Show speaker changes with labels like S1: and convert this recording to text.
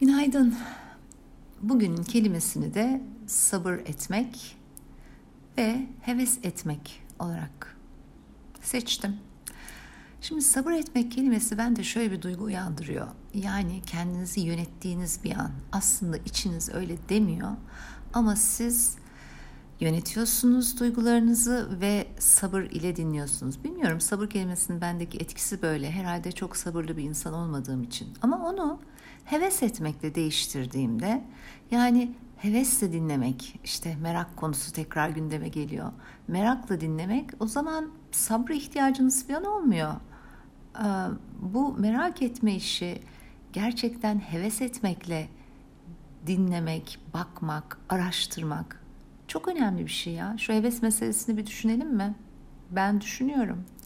S1: Günaydın. Bugünün kelimesini de sabır etmek ve heves etmek olarak seçtim. Şimdi sabır etmek kelimesi bende şöyle bir duygu uyandırıyor. Yani kendinizi yönettiğiniz bir an. Aslında içiniz öyle demiyor ama siz yönetiyorsunuz duygularınızı ve sabır ile dinliyorsunuz. Bilmiyorum, sabır kelimesinin bendeki etkisi böyle. Herhalde çok sabırlı bir insan olmadığım için. Ama onu heves etmekle değiştirdiğimde, yani hevesle dinlemek, işte merak konusu tekrar gündeme geliyor. Merakla dinlemek, o zaman sabra ihtiyacınız falan olmuyor. Bu merak etme işi gerçekten heves etmekle dinlemek, bakmak, araştırmak çok önemli bir şey ya. Şu heves meselesini bir düşünelim mi? Ben düşünüyorum.